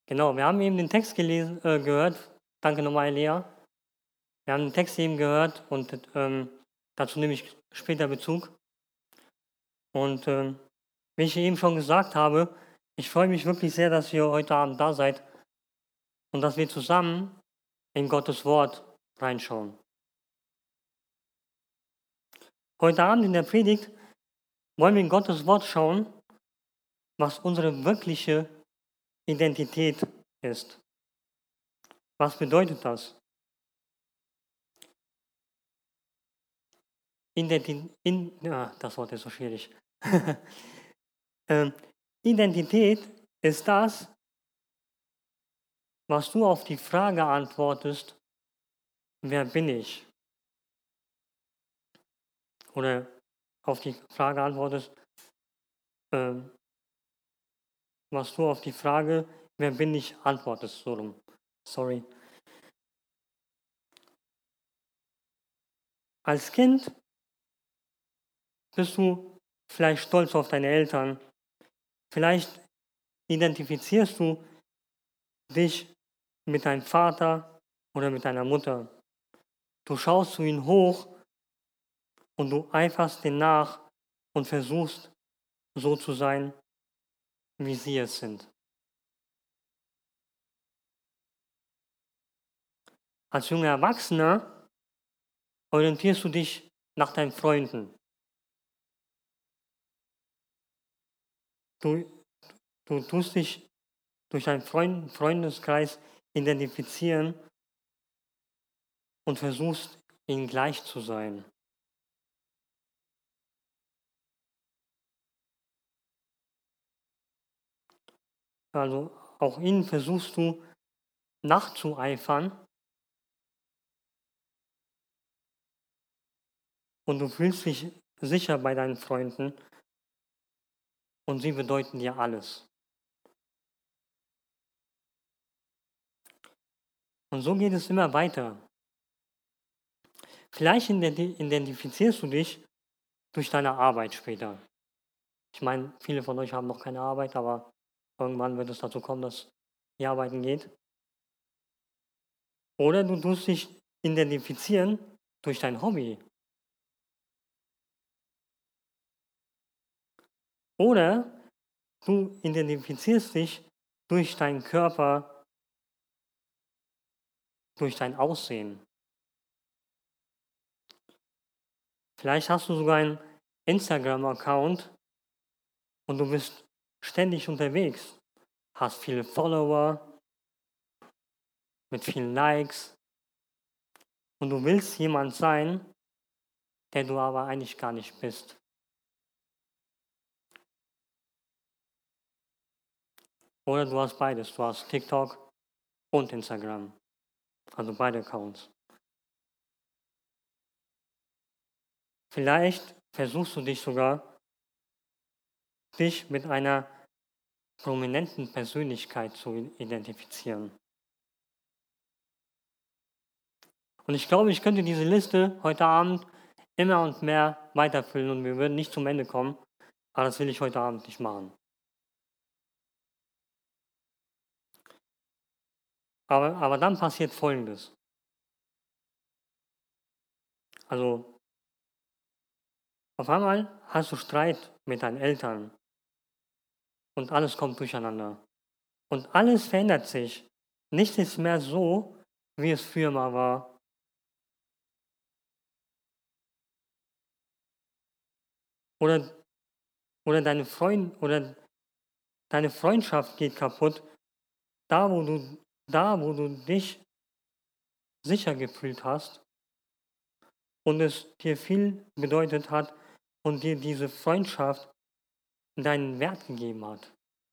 Genau, wir haben eben den Text gehört. Danke nochmal, Lea. Wir haben den Text eben gehört und dazu nehme ich später Bezug. Und wie ich eben schon gesagt habe, ich freue mich wirklich sehr, dass ihr heute Abend da seid und dass wir zusammen in Gottes Wort reinschauen. Heute Abend in der Predigt wollen wir in Gottes Wort schauen, was unsere wirkliche Identität ist. Was bedeutet das? Das Wort ist so schwierig. Ähm, Identität ist das, was du auf die Frage antwortest, wer bin ich? Oder auf die Frage antwortest, ähm, was du auf die Frage, wer bin ich, antwortest. So rum. Sorry. Als Kind bist du vielleicht stolz auf deine Eltern. Vielleicht identifizierst du dich mit deinem Vater oder mit deiner Mutter. Du schaust zu ihnen hoch und du eiferst denen nach und versuchst so zu sein, wie sie es sind. Als junger Erwachsener orientierst du dich nach deinen Freunden. Du, du tust dich durch deinen Freundeskreis identifizieren und versuchst, ihnen gleich zu sein. Also auch ihnen versuchst du nachzueifern und du fühlst dich sicher bei deinen Freunden und sie bedeuten dir alles. Und so geht es immer weiter. Vielleicht identifizierst du dich durch deine Arbeit später. Ich meine, viele von euch haben noch keine Arbeit, aber irgendwann wird es dazu kommen, dass ihr arbeiten geht. Oder du tust dich identifizieren durch dein Hobby. Oder du identifizierst dich durch deinen Körper, durch dein Aussehen. Vielleicht hast du sogar einen Instagram-Account und du bist ständig unterwegs, hast viele Follower mit vielen Likes und du willst jemand sein, der du aber eigentlich gar nicht bist. Oder du hast beides, du hast TikTok und Instagram, also beide Accounts. Vielleicht versuchst du dich sogar, dich mit einer prominenten Persönlichkeit zu identifizieren. Und ich glaube, ich könnte diese Liste heute Abend immer und mehr weiterfüllen und wir würden nicht zum Ende kommen, aber das will ich heute Abend nicht machen. Aber dann passiert Folgendes. Also auf einmal hast du Streit mit deinen Eltern und alles kommt durcheinander. Und alles verändert sich. Nichts ist mehr so, wie es früher mal war. Oder, oder deine Freundschaft geht kaputt, da wo du, da wo du dich sicher gefühlt hast und es dir viel bedeutet hat und dir diese Freundschaft deinen Wert gegeben hat.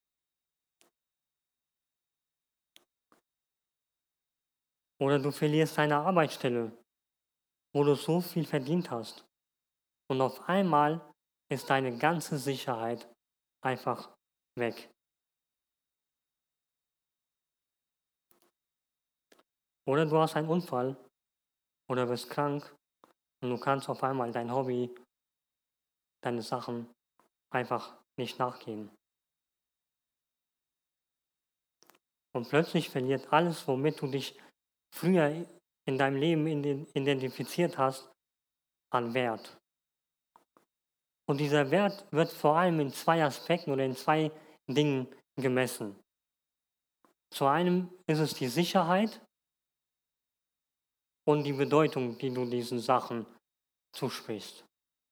Oder du verlierst deine Arbeitsstelle, wo du so viel verdient hast. Und auf einmal ist deine ganze Sicherheit einfach weg. Oder du hast einen Unfall oder bist krank und du kannst auf einmal dein Hobby, deine Sachen einfach nicht nachgehen. Und plötzlich verliert alles, womit du dich früher in deinem Leben identifiziert hast, an Wert. Und dieser Wert wird vor allem in zwei Aspekten oder in zwei Dingen gemessen. Zu einem ist es die Sicherheit und die Bedeutung, die du diesen Sachen zusprichst.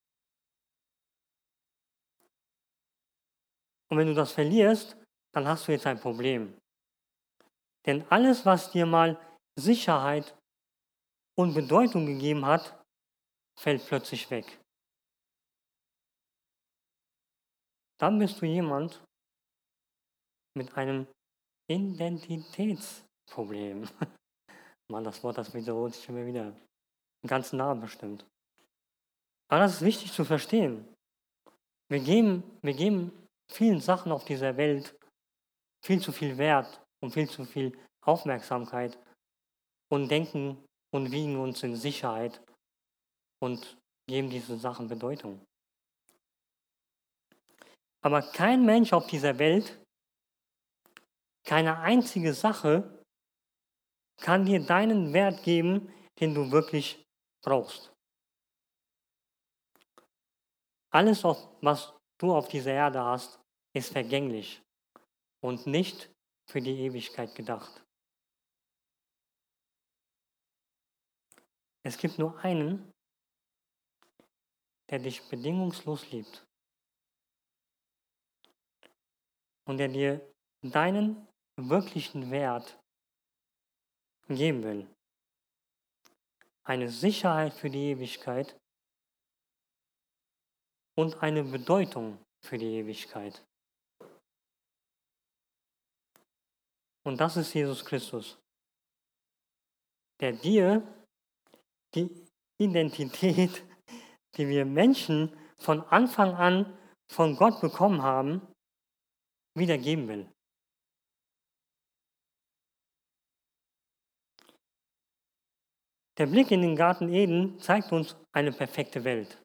Und wenn du das verlierst, dann hast du jetzt ein Problem. Denn alles, was dir mal Sicherheit und Bedeutung gegeben hat, fällt plötzlich weg. Dann bist du jemand mit einem Identitätsproblem. Mann, das Wort, das wiederholt sich immer wieder. Den ganzen Namen bestimmt. Aber das ist wichtig zu verstehen. Wir geben vielen Sachen auf dieser Welt viel zu viel Wert und viel zu viel Aufmerksamkeit und denken und wiegen uns in Sicherheit und geben diesen Sachen Bedeutung. Aber kein Mensch auf dieser Welt, keine einzige Sache kann dir deinen Wert geben, den du wirklich brauchst. Alles, was du auf dieser Erde hast, ist vergänglich und nicht für die Ewigkeit gedacht. Es gibt nur einen, der dich bedingungslos liebt und der dir deinen wirklichen Wert geben will. Eine Sicherheit für die Ewigkeit und eine Bedeutung für die Ewigkeit. Und das ist Jesus Christus, der dir die Identität, die wir Menschen von Anfang an von Gott bekommen haben, wiedergeben will. Der Blick in den Garten Eden zeigt uns eine perfekte Welt.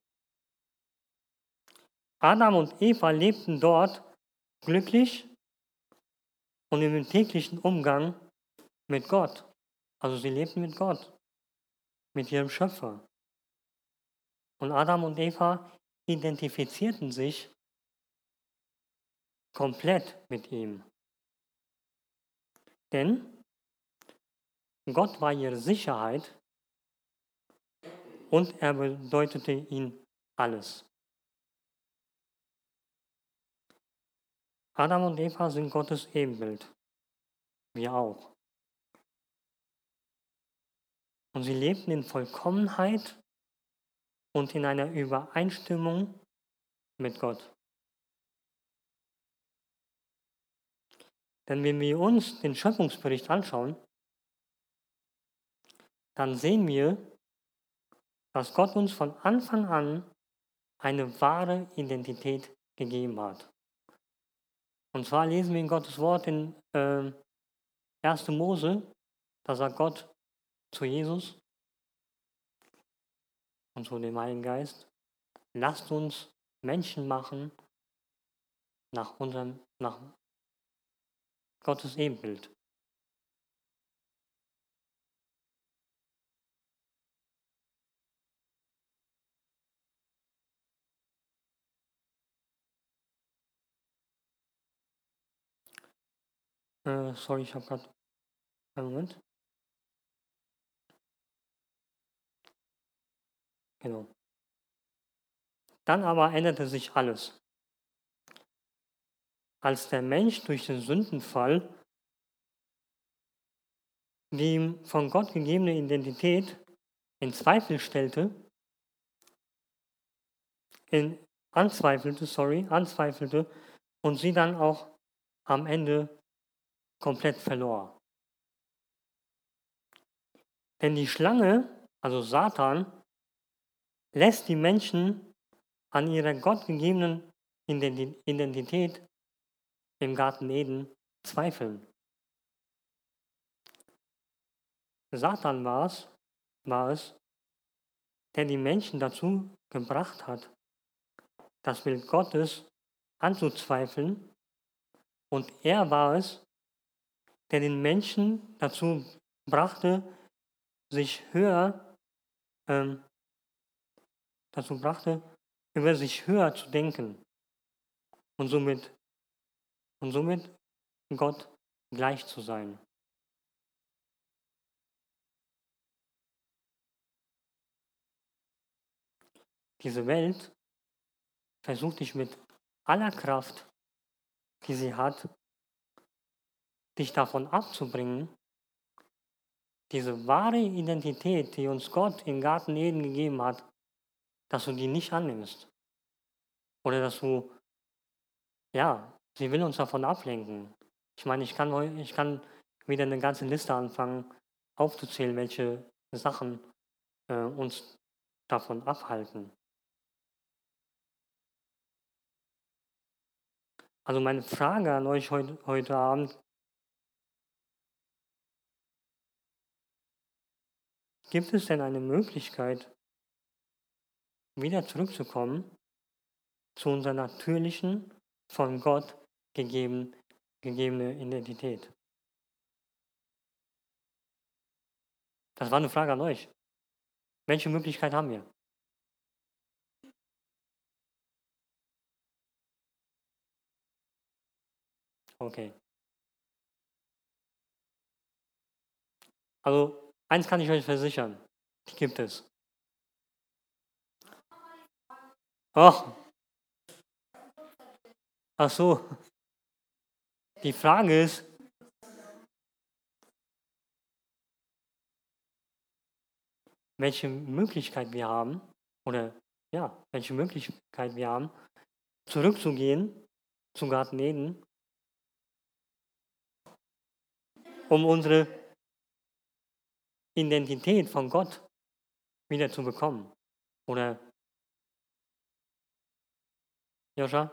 Adam und Eva lebten dort glücklich und im täglichen Umgang mit Gott. Also sie lebten mit Gott, mit ihrem Schöpfer. Und Adam und Eva identifizierten sich komplett mit ihm. Denn Gott war ihre Sicherheit und er bedeutete ihnen alles. Adam und Eva sind Gottes Ebenbild. Wir auch. Und sie lebten in Vollkommenheit und in einer Übereinstimmung mit Gott. Denn wenn wir uns den Schöpfungsbericht anschauen, dann sehen wir, dass Gott uns von Anfang an eine wahre Identität gegeben hat. Und zwar lesen wir in Gottes Wort in 1. Mose, da sagt Gott zu Jesus und zu dem Heiligen Geist, lasst uns Menschen machen nach Gottes Ebenbild. Sorry, ich habe gerade einen Moment. Genau. Dann aber änderte sich alles. Als der Mensch durch den Sündenfall die ihm von Gott gegebene Identität in Zweifel stellte, anzweifelte und sie dann auch am Ende komplett verlor. Denn die Schlange, also Satan, lässt die Menschen an ihrer gottgegebenen Identität im Garten Eden zweifeln. Satan war es, der die Menschen dazu gebracht hat, das Bild Gottes anzuzweifeln, und er war es, der den Menschen dazu brachte, sich höher, ähm, dazu brachte, über sich höher zu denken und somit Gott gleich zu sein. Diese Welt versucht dich mit aller Kraft, die sie hat, dich davon abzubringen, diese wahre Identität, die uns Gott im Garten Eden gegeben hat, dass du die nicht annimmst. Oder dass du, ja, sie will uns davon ablenken. Ich meine, ich kann wieder eine ganze Liste anfangen, aufzuzählen, welche Sachen uns davon abhalten. Also meine Frage an euch heute Abend, gibt es denn eine Möglichkeit, wieder zurückzukommen zu unserer natürlichen, von Gott gegebene Identität? Das war eine Frage an euch. Welche Möglichkeit haben wir? Okay. Also, eins kann ich euch versichern, die gibt es. Ach, ach so, die Frage ist, welche Möglichkeit wir haben, oder ja, welche Möglichkeit wir haben, zurückzugehen zu Garten Eden, um unsere Identität von Gott wieder zu bekommen. Oder, Joscha?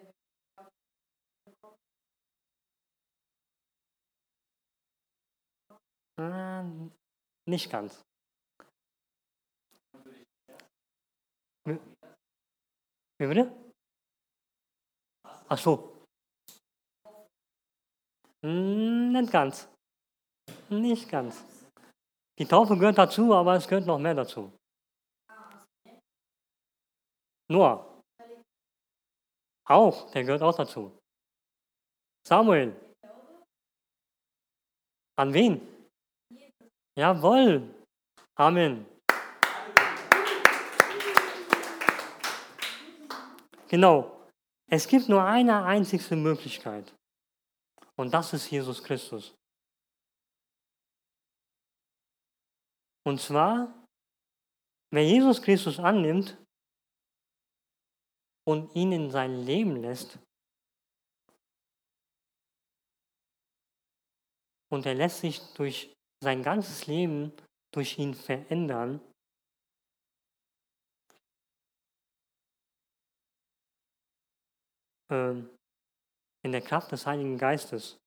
Äh, nicht ganz. Wie wie bitte? Ach so, nicht ganz. Nicht ganz. Die Taufe gehört dazu, aber es gehört noch mehr dazu. Noah, auch, der gehört auch dazu. Samuel, an wen? Jawohl. Amen. Genau. Es gibt nur eine einzige Möglichkeit. Und das ist Jesus Christus. Und zwar, wer Jesus Christus annimmt und ihn in sein Leben lässt, und er lässt sich durch sein ganzes Leben durch ihn verändern, ähm, in der Kraft des Heiligen Geistes.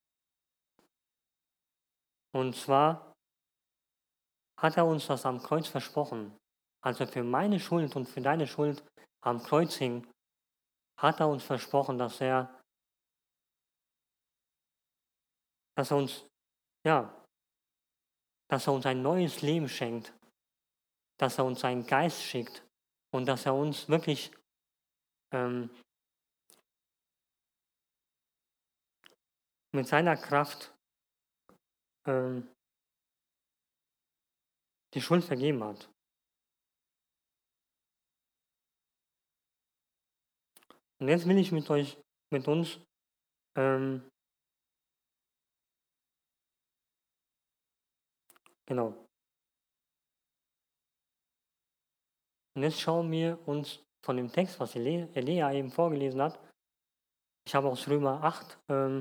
Und zwar hat er uns das am Kreuz versprochen. Als er für meine Schuld und für deine Schuld am Kreuz hing, hat er uns versprochen, dass er uns, ja, dass er uns ein neues Leben schenkt, dass er uns seinen Geist schickt und dass er uns wirklich ähm, mit seiner Kraft ähm, die Schuld vergeben hat. Und jetzt will ich mit uns, ähm, genau, und jetzt schauen wir uns von dem Text, was Elia eben vorgelesen hat, ich habe aus Römer 8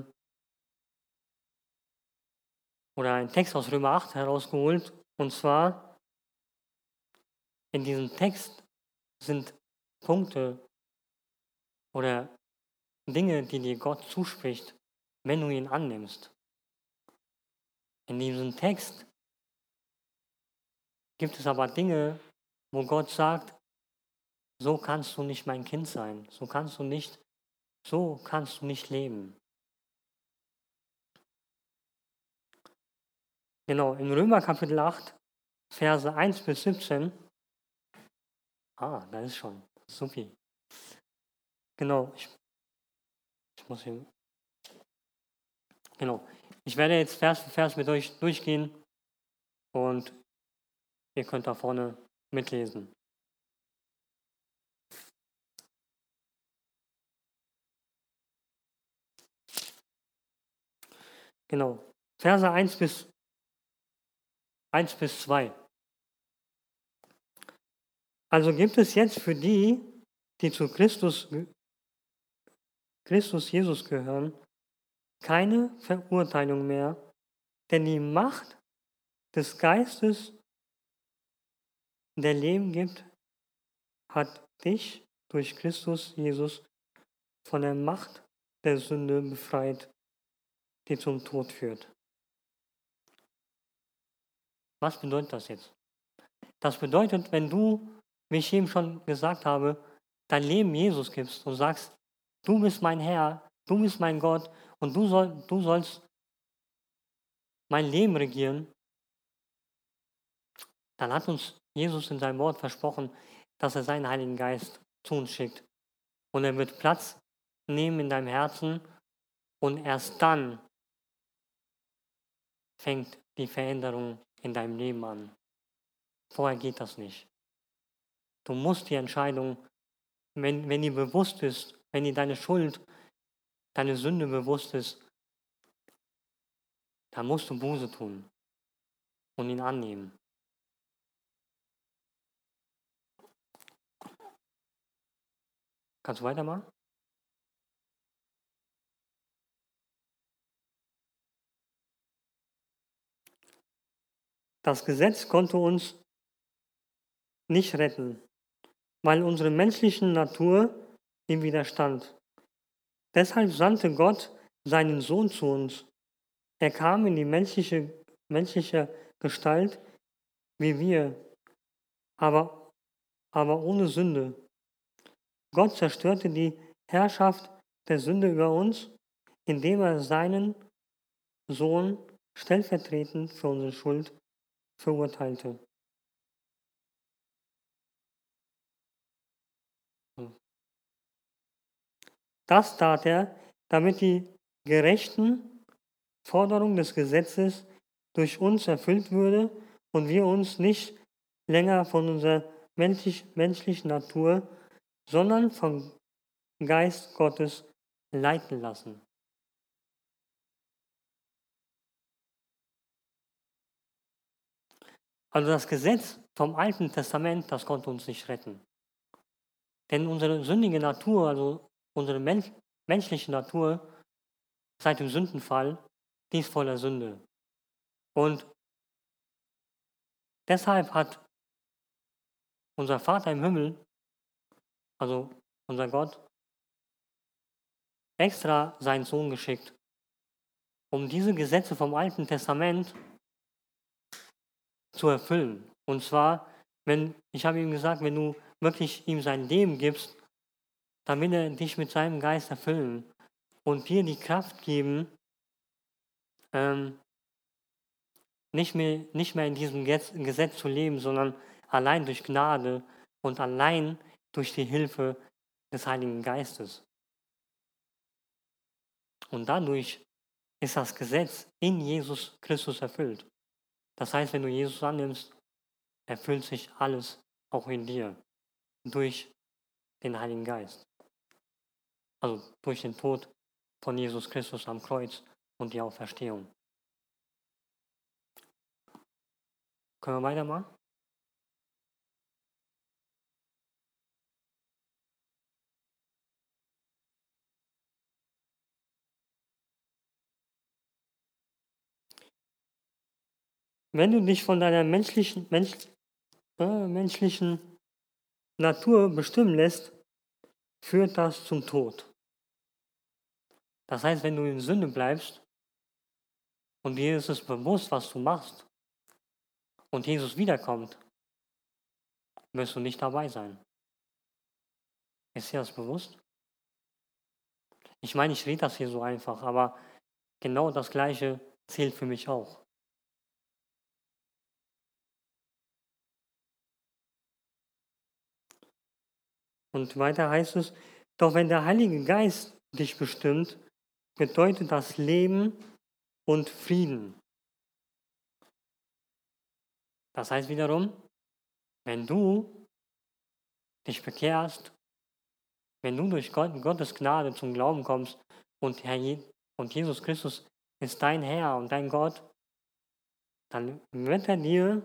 oder einen Text aus Römer 8 herausgeholt. Und zwar in diesem Text sind Punkte oder Dinge, die dir Gott zuspricht, wenn du ihn annimmst. In diesem Text gibt es aber Dinge, wo Gott sagt, so kannst du nicht mein Kind sein, so kannst du nicht leben. Genau, in Römer Kapitel 8, Verse 1 bis 17. Da ist schon. Supi. Genau, ich muss hier. Genau. Ich werde jetzt Vers für Vers mit euch durchgehen und ihr könnt da vorne mitlesen. Genau. Verse 1 bis 2. Also gibt es jetzt für die, die zu Christus Jesus gehören, keine Verurteilung mehr, denn die Macht des Geistes, der Leben gibt, hat dich durch Christus Jesus von der Macht der Sünde befreit, die zum Tod führt. Was bedeutet das jetzt? Das bedeutet, wenn du, wie ich eben schon gesagt habe, dein Leben Jesus gibst und sagst, du bist mein Herr, du bist mein Gott und du sollst mein Leben regieren, dann hat uns Jesus in seinem Wort versprochen, dass er seinen Heiligen Geist zu uns schickt. Und er wird Platz nehmen in deinem Herzen und erst dann fängt die Veränderung in deinem Leben an. Vorher geht das nicht. Du musst die Entscheidung, wenn dir bewusst ist, wenn dir deine Schuld, deine Sünde bewusst ist, dann musst du Buße tun und ihn annehmen. Kannst du weitermachen? Das Gesetz konnte uns nicht retten, weil unsere menschliche Natur ihm widerstand. Deshalb sandte Gott seinen Sohn zu uns. Er kam in die menschliche Gestalt wie wir, aber ohne Sünde. Gott zerstörte die Herrschaft der Sünde über uns, indem er seinen Sohn stellvertretend für unsere Schuld verurteilte. Das tat er, damit die gerechten Forderungen des Gesetzes durch uns erfüllt würde und wir uns nicht länger von unserer menschlichen Natur, sondern vom Geist Gottes leiten lassen. Also das Gesetz vom Alten Testament, das konnte uns nicht retten. Denn unsere sündige Natur, also unsere menschliche Natur seit dem Sündenfall, die ist voller Sünde. Und deshalb hat unser Vater im Himmel, also unser Gott, extra seinen Sohn geschickt, um diese Gesetze vom Alten Testament zu erfüllen. Und zwar, ich habe ihm gesagt, wenn du wirklich ihm sein Leben gibst, dann will er dich mit seinem Geist erfüllen und dir die Kraft geben, ähm, nicht mehr in diesem Gesetz zu leben, sondern allein durch Gnade und allein durch die Hilfe des Heiligen Geistes. Und dadurch ist das Gesetz in Jesus Christus erfüllt. Das heißt, wenn du Jesus annimmst, erfüllt sich alles auch in dir durch den Heiligen Geist. Also durch den Tod von Jesus Christus am Kreuz und die Auferstehung. Können wir weitermachen? Wenn du dich von deiner menschlichen Natur bestimmen lässt, führt das zum Tod. Das heißt, wenn du in Sünde bleibst und dir ist es bewusst, was du machst und Jesus wiederkommt, wirst du nicht dabei sein. Ist dir das bewusst? Ich meine, ich rede das hier so einfach, aber genau das Gleiche zählt für mich auch. Und weiter heißt es, doch wenn der Heilige Geist dich bestimmt, bedeutet das Leben und Frieden. Das heißt wiederum, wenn du dich bekehrst, wenn du durch Gottes Gnade zum Glauben kommst und, und Jesus Christus ist dein Herr und dein Gott, dann wird er dir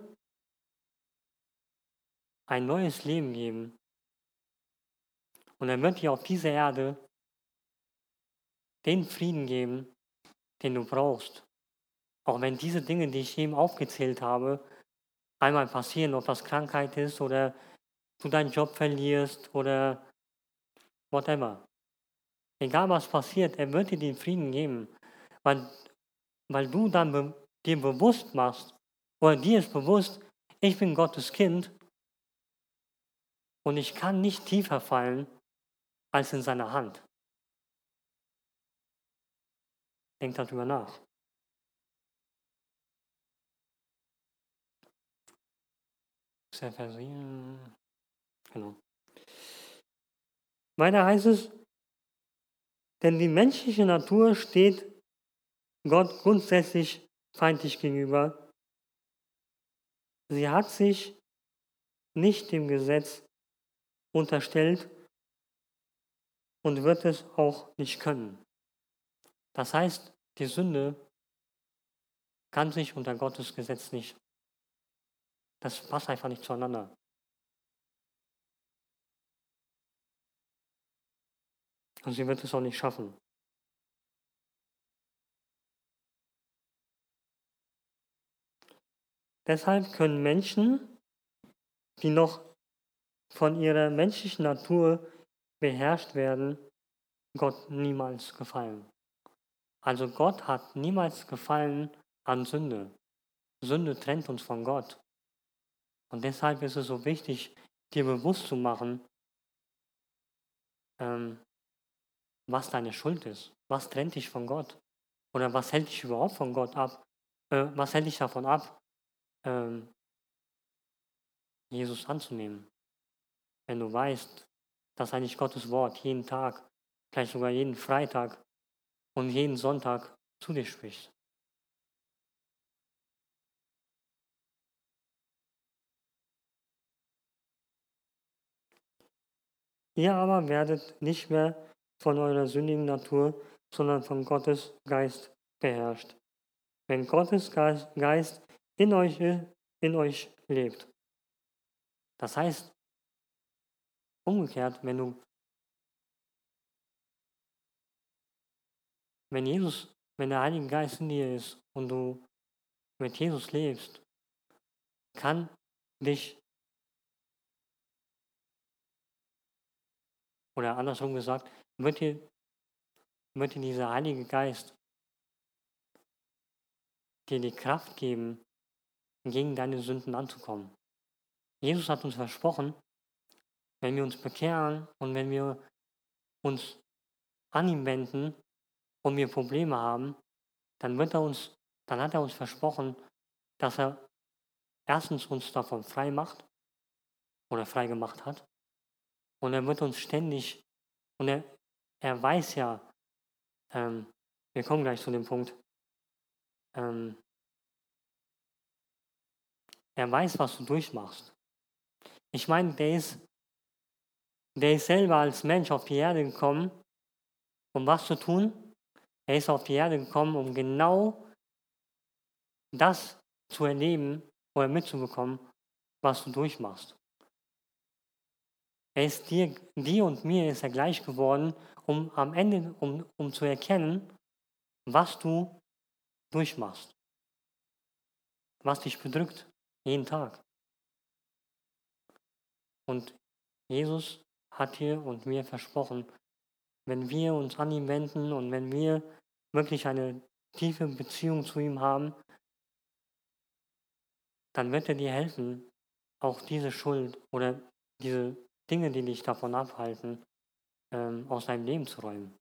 ein neues Leben geben. Und er wird dir auf dieser Erde den Frieden geben, den du brauchst. Auch wenn diese Dinge, die ich eben aufgezählt habe, einmal passieren, ob das Krankheit ist oder du deinen Job verlierst oder whatever. Egal was passiert, er wird dir den Frieden geben, weil, weil du dann dir bewusst machst oder dir ist bewusst, ich bin Gottes Kind und ich kann nicht tiefer fallen als in seiner Hand. Denk darüber nach. Sehr versehen. Genau. Weiter heißt es, denn die menschliche Natur steht Gott grundsätzlich feindlich gegenüber. Sie hat sich nicht dem Gesetz unterstellt und wird es auch nicht können. Das heißt, die Sünde kann sich unter Gottes Gesetz nicht. Das passt einfach nicht zueinander. Und sie wird es auch nicht schaffen. Deshalb können Menschen, die noch von ihrer menschlichen Natur beherrscht werden, Gott niemals gefallen. Also Gott hat niemals Gefallen an Sünde. Sünde trennt uns von Gott. Und deshalb ist es so wichtig, dir bewusst zu machen, ähm, was deine Schuld ist. Was trennt dich von Gott? Oder was hält dich überhaupt von Gott ab? Was hält dich davon ab, ähm, Jesus anzunehmen? Wenn du weißt, dass eigentlich Gottes Wort jeden Tag, vielleicht sogar jeden Freitag und jeden Sonntag zu dir spricht. Ihr aber werdet nicht mehr von eurer sündigen Natur, sondern von Gottes Geist beherrscht. Wenn Gottes Geist in euch lebt. Das heißt, umgekehrt, wenn der Heilige Geist in dir ist und du mit Jesus lebst, kann dich, oder andersrum gesagt, wird dir, wird dir dieser Heilige Geist dir die Kraft geben, gegen deine Sünden anzukommen. Jesus hat uns versprochen, wenn wir uns bekehren und wenn wir uns an ihn wenden und wir Probleme haben, dann hat er uns versprochen, dass er erstens uns davon frei macht oder frei gemacht hat und er wird uns ständig, und er weiß ja, ähm, wir kommen gleich zu dem Punkt, ähm, er weiß, was du durchmachst. Ich meine, der ist selber als Mensch auf die Erde gekommen, um was zu tun? Er ist auf die Erde gekommen, um genau das zu erleben oder mitzubekommen, was du durchmachst. Er ist dir und mir ist er gleich geworden, um am Ende, um zu erkennen, was du durchmachst, was dich bedrückt, jeden Tag. Und Jesus hat dir und mir versprochen, wenn wir uns an ihn wenden und wenn wir wirklich eine tiefe Beziehung zu ihm haben, dann wird er dir helfen, auch diese Schuld oder diese Dinge, die dich davon abhalten, aus deinem Leben zu räumen.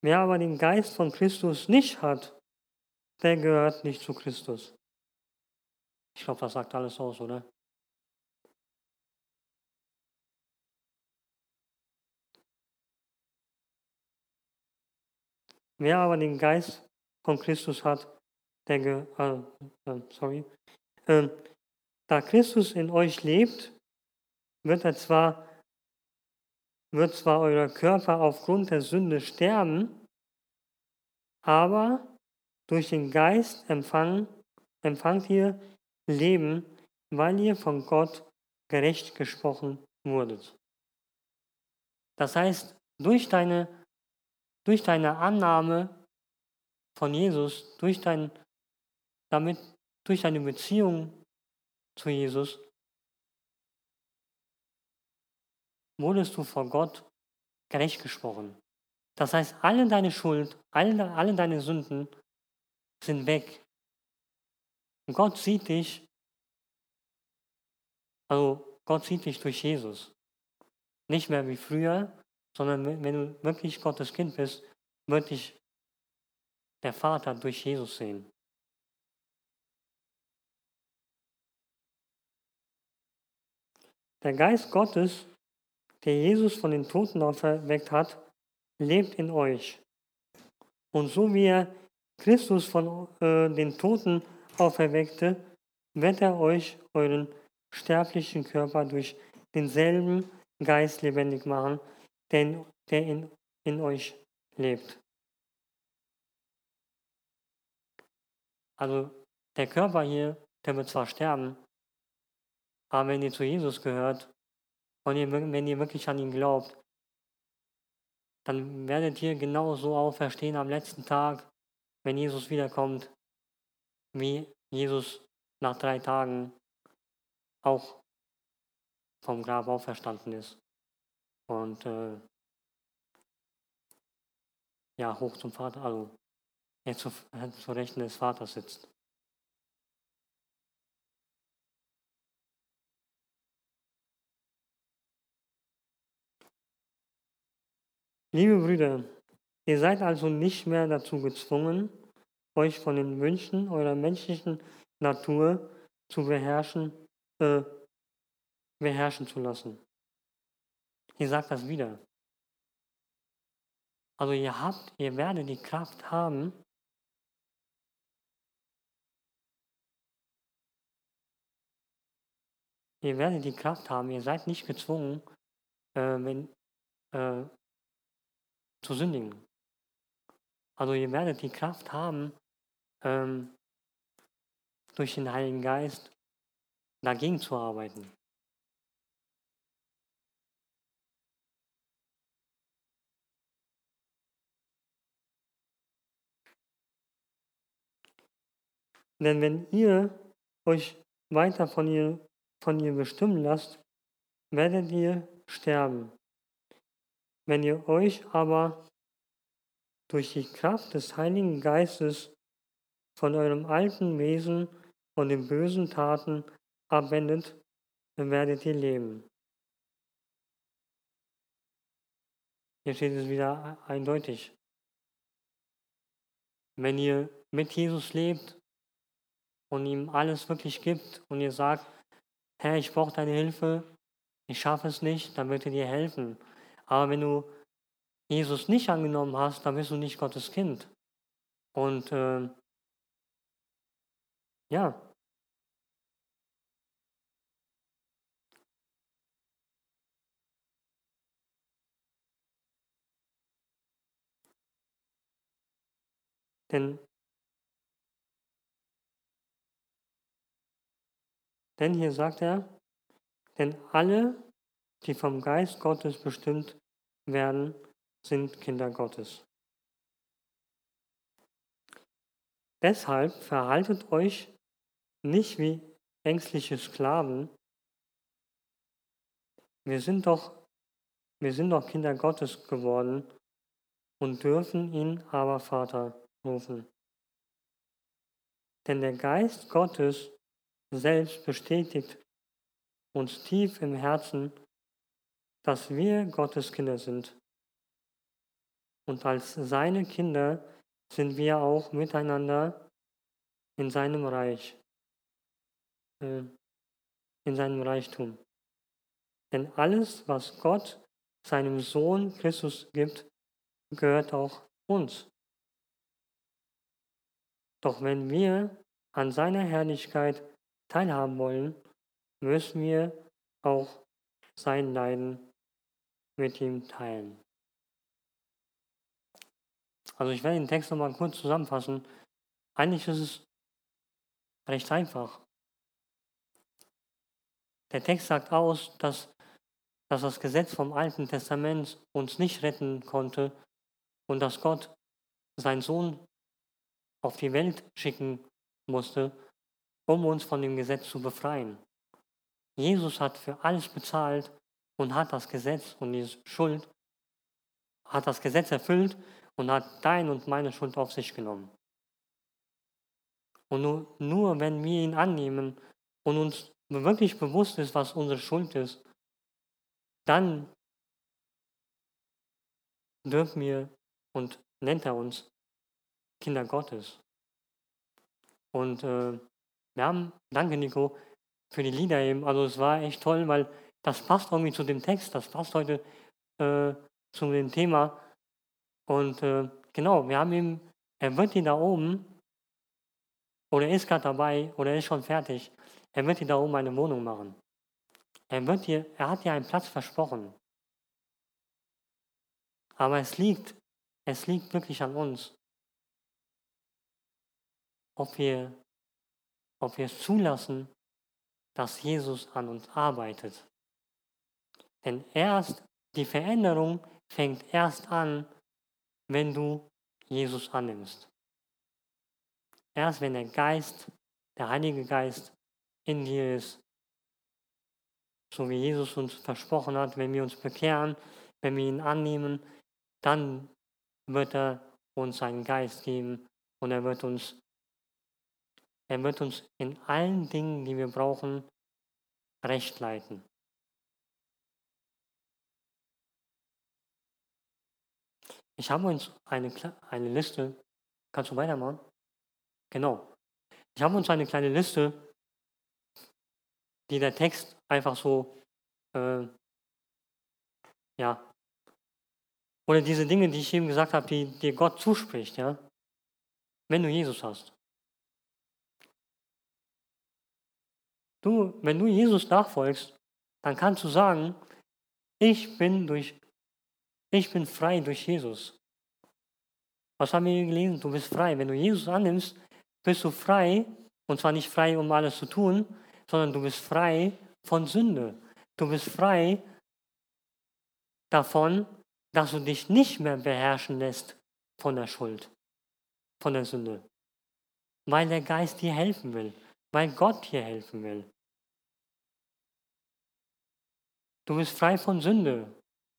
Wer aber den Geist von Christus nicht hat, der gehört nicht zu Christus. Ich glaube, das sagt alles aus, oder? Wer aber den Geist von Christus hat, der gehört, ähm, da Christus in euch lebt, wird zwar euer Körper aufgrund der Sünde sterben, aber durch den Geist empfangt ihr Leben, weil ihr von Gott gerecht gesprochen wurdet. Das heißt, durch deine Annahme von Jesus, damit, durch deine Beziehung zu Jesus, wurdest du vor Gott gerecht gesprochen. Das heißt, alle deine Schuld, alle deine Sünden sind weg. Gott sieht dich, Gott sieht dich durch Jesus. Nicht mehr wie früher, sondern wenn du wirklich Gottes Kind bist, wird dich der Vater durch Jesus sehen. Der Geist Gottes, der Jesus von den Toten auferweckt hat, lebt in euch. Und so wie er Christus von den Toten auferweckte, wird er euch euren sterblichen Körper durch denselben Geist lebendig machen, der in euch lebt. Also der Körper hier, der wird zwar sterben, aber wenn ihr zu Jesus gehört und wenn ihr wirklich an ihn glaubt, dann werdet ihr genauso auferstehen am letzten Tag, wenn Jesus wiederkommt, wie Jesus nach 3 Tagen auch vom Grab auferstanden ist und hoch zum Vater, also jetzt zu Rechten des Vaters sitzt. Liebe Brüder, ihr seid also nicht mehr dazu gezwungen, euch von den Wünschen eurer menschlichen Natur zu beherrschen zu lassen. Ihr sagt das wieder. Also ihr werdet die Kraft haben, ihr seid nicht gezwungen, wenn, äh, zu sündigen. Also ihr werdet die Kraft haben, ähm, durch den Heiligen Geist dagegen zu arbeiten. Denn wenn ihr euch weiter von ihr bestimmen lasst, werdet ihr sterben. Wenn ihr euch aber durch die Kraft des Heiligen Geistes von eurem alten Wesen und den bösen Taten abwendet, dann werdet ihr leben. Hier steht es wieder eindeutig. Wenn ihr mit Jesus lebt und ihm alles wirklich gibt und ihr sagt, Herr, ich brauche deine Hilfe, ich schaffe es nicht, dann wird er dir helfen. Aber wenn du Jesus nicht angenommen hast, dann bist du nicht Gottes Kind. Und ja, denn, denn hier sagt er, denn alle, die vom Geist Gottes bestimmt werden, sind Kinder Gottes. Deshalb verhaltet euch nicht wie ängstliche Sklaven. Wir sind doch Kinder Gottes geworden und dürfen ihn aber Vater rufen. Denn der Geist Gottes selbst bestätigt uns tief im Herzen, dass wir Gottes Kinder sind. Und als seine Kinder sind wir auch miteinander in seinem Reich, äh, in seinem Reichtum. Denn alles, was Gott seinem Sohn Christus gibt, gehört auch uns. Doch wenn wir an seiner Herrlichkeit teilhaben wollen, müssen wir auch sein Leiden mit ihm teilen. Also ich werde den Text nochmal kurz zusammenfassen. Eigentlich ist es recht einfach. Der Text sagt aus, dass das Gesetz vom Alten Testament uns nicht retten konnte und dass Gott seinen Sohn auf die Welt schicken musste, um uns von dem Gesetz zu befreien. Jesus hat für alles bezahlt und hat das Gesetz und die Schuld, hat das Gesetz erfüllt und hat dein und meine Schuld auf sich genommen. Und nur wenn wir ihn annehmen und uns wirklich bewusst ist, was unsere Schuld ist, dann dürfen wir und nennt er uns Kinder Gottes. Und wir haben, danke Nico, für die Lieder eben. Also es war echt toll, weil das passt irgendwie zu dem Text, das passt heute zu dem Thema. Und genau, wir haben ihm, er wird die da oben, oder ist gerade dabei, oder ist schon fertig, er wird dir da oben eine Wohnung machen. Er hat dir einen Platz versprochen. Aber es liegt wirklich an uns, ob wir, ob wir es zulassen, dass Jesus an uns arbeitet. Denn die Veränderung fängt erst an, wenn du Jesus annimmst. Erst wenn der Heilige Geist in dir ist, so wie Jesus uns versprochen hat, wenn wir uns bekehren, wenn wir ihn annehmen, dann wird er uns seinen Geist geben und er wird uns in allen Dingen, die wir brauchen, recht leiten. Ich habe uns eine Liste, kannst du weitermachen? Genau. Ich habe uns eine kleine Liste, die der Text einfach so, äh, ja, oder diese Dinge, die ich eben gesagt habe, die dir Gott zuspricht, ja, wenn du Jesus hast. Wenn du Jesus nachfolgst, dann kannst du sagen, ich bin frei durch Jesus. Was haben wir gelesen? Du bist frei. Wenn du Jesus annimmst, bist du frei, und zwar nicht frei, um alles zu tun, sondern du bist frei von Sünde. Du bist frei davon, dass du dich nicht mehr beherrschen lässt von der Schuld, von der Sünde. Weil der Geist dir helfen will, weil Gott dir helfen will. Du bist frei von Sünde.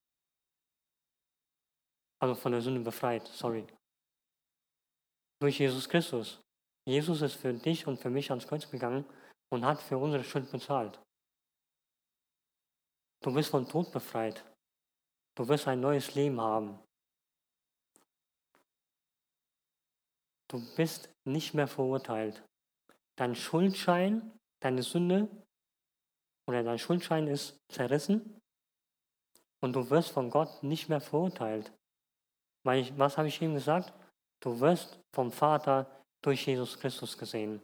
Also von der Sünde befreit, sorry. Durch Jesus Christus. Jesus ist für dich und für mich ans Kreuz gegangen und hat für unsere Schuld bezahlt. Du bist von Tod befreit. Du wirst ein neues Leben haben. Du bist nicht mehr verurteilt. Dein Schuldschein, deine Sünde oder dein Schuldschein ist zerrissen und du wirst von Gott nicht mehr verurteilt. Was habe ich ihm gesagt? Du wirst vom Vater durch Jesus Christus gesehen.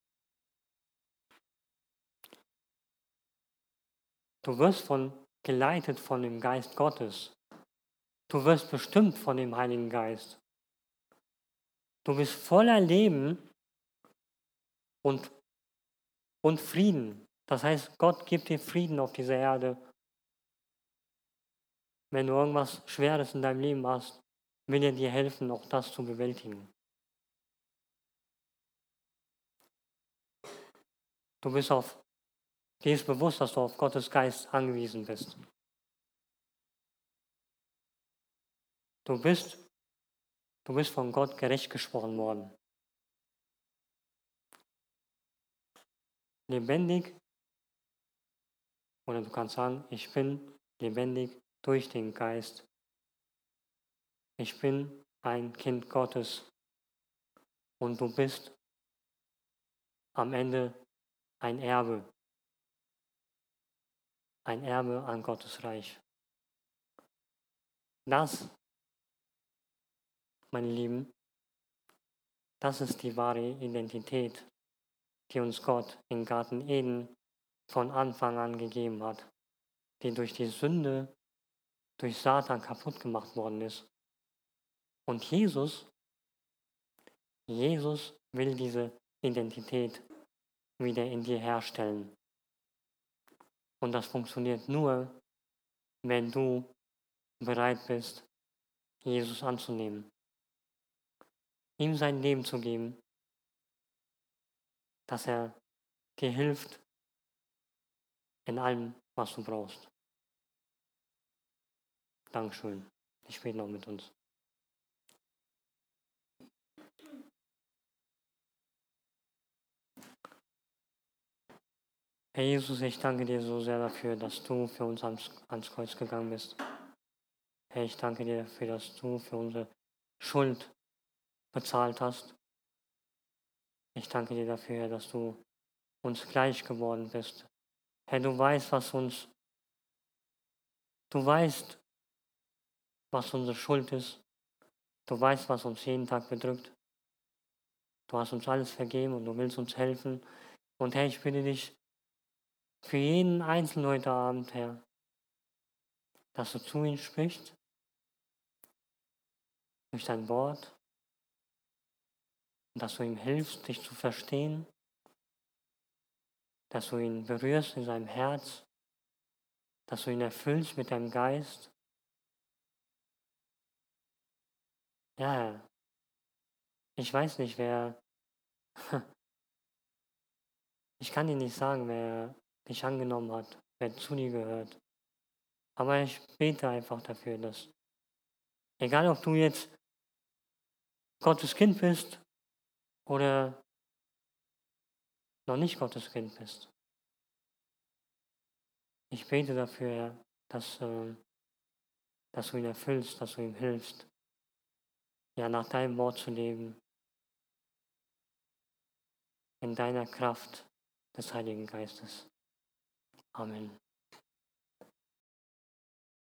Du wirst geleitet von dem Geist Gottes. Du wirst bestimmt von dem Heiligen Geist. Du bist voller Leben und, und Frieden. Das heißt, Gott gibt dir Frieden auf dieser Erde. Wenn du irgendwas Schweres in deinem Leben hast, will er dir helfen, auch das zu bewältigen. Du dir ist bewusst, dass du auf Gottes Geist angewiesen bist. Du bist, du bist von Gott gerecht gesprochen worden. Lebendig, oder du kannst sagen, ich bin lebendig durch den Geist ich bin ein Kind Gottes und du bist am Ende ein Erbe an Gottes Reich. Das, meine Lieben, das ist die wahre Identität, die uns Gott im Garten Eden von Anfang an gegeben hat, die durch die Sünde, durch Satan kaputt gemacht worden ist. Und Jesus will diese Identität wieder in dir herstellen. Und das funktioniert nur, wenn du bereit bist, Jesus anzunehmen, ihm sein Leben zu geben, dass er dir hilft in allem, was du brauchst. Dankeschön. Ich bete noch mit uns. Herr Jesus, ich danke dir so sehr dafür, dass du für uns ans Kreuz gegangen bist. Herr, ich danke dir dafür, dass du für unsere Schuld bezahlt hast. Ich danke dir dafür, Herr, dass du uns gleich geworden bist. Herr, du weißt, was unsere Schuld ist. Du weißt, was uns jeden Tag bedrückt. Du hast uns alles vergeben und du willst uns helfen. Und Herr, ich bitte dich für jeden Einzelnen heute Abend, Herr, dass du zu ihm sprichst, durch dein Wort, und dass du ihm hilfst, dich zu verstehen, dass du ihn berührst in seinem Herz, dass du ihn erfüllst mit deinem Geist. Ja, Herr, ich weiß nicht, ich kann dir nicht sagen, wer dich angenommen hat, wer zu dir gehört. Aber ich bete einfach dafür, dass, egal ob du jetzt Gottes Kind bist oder noch nicht Gottes Kind bist, ich bete dafür, Herr, dass du ihn erfüllst, dass du ihm hilfst, ja, nach deinem Wort zu leben, in deiner Kraft des Heiligen Geistes. Amen.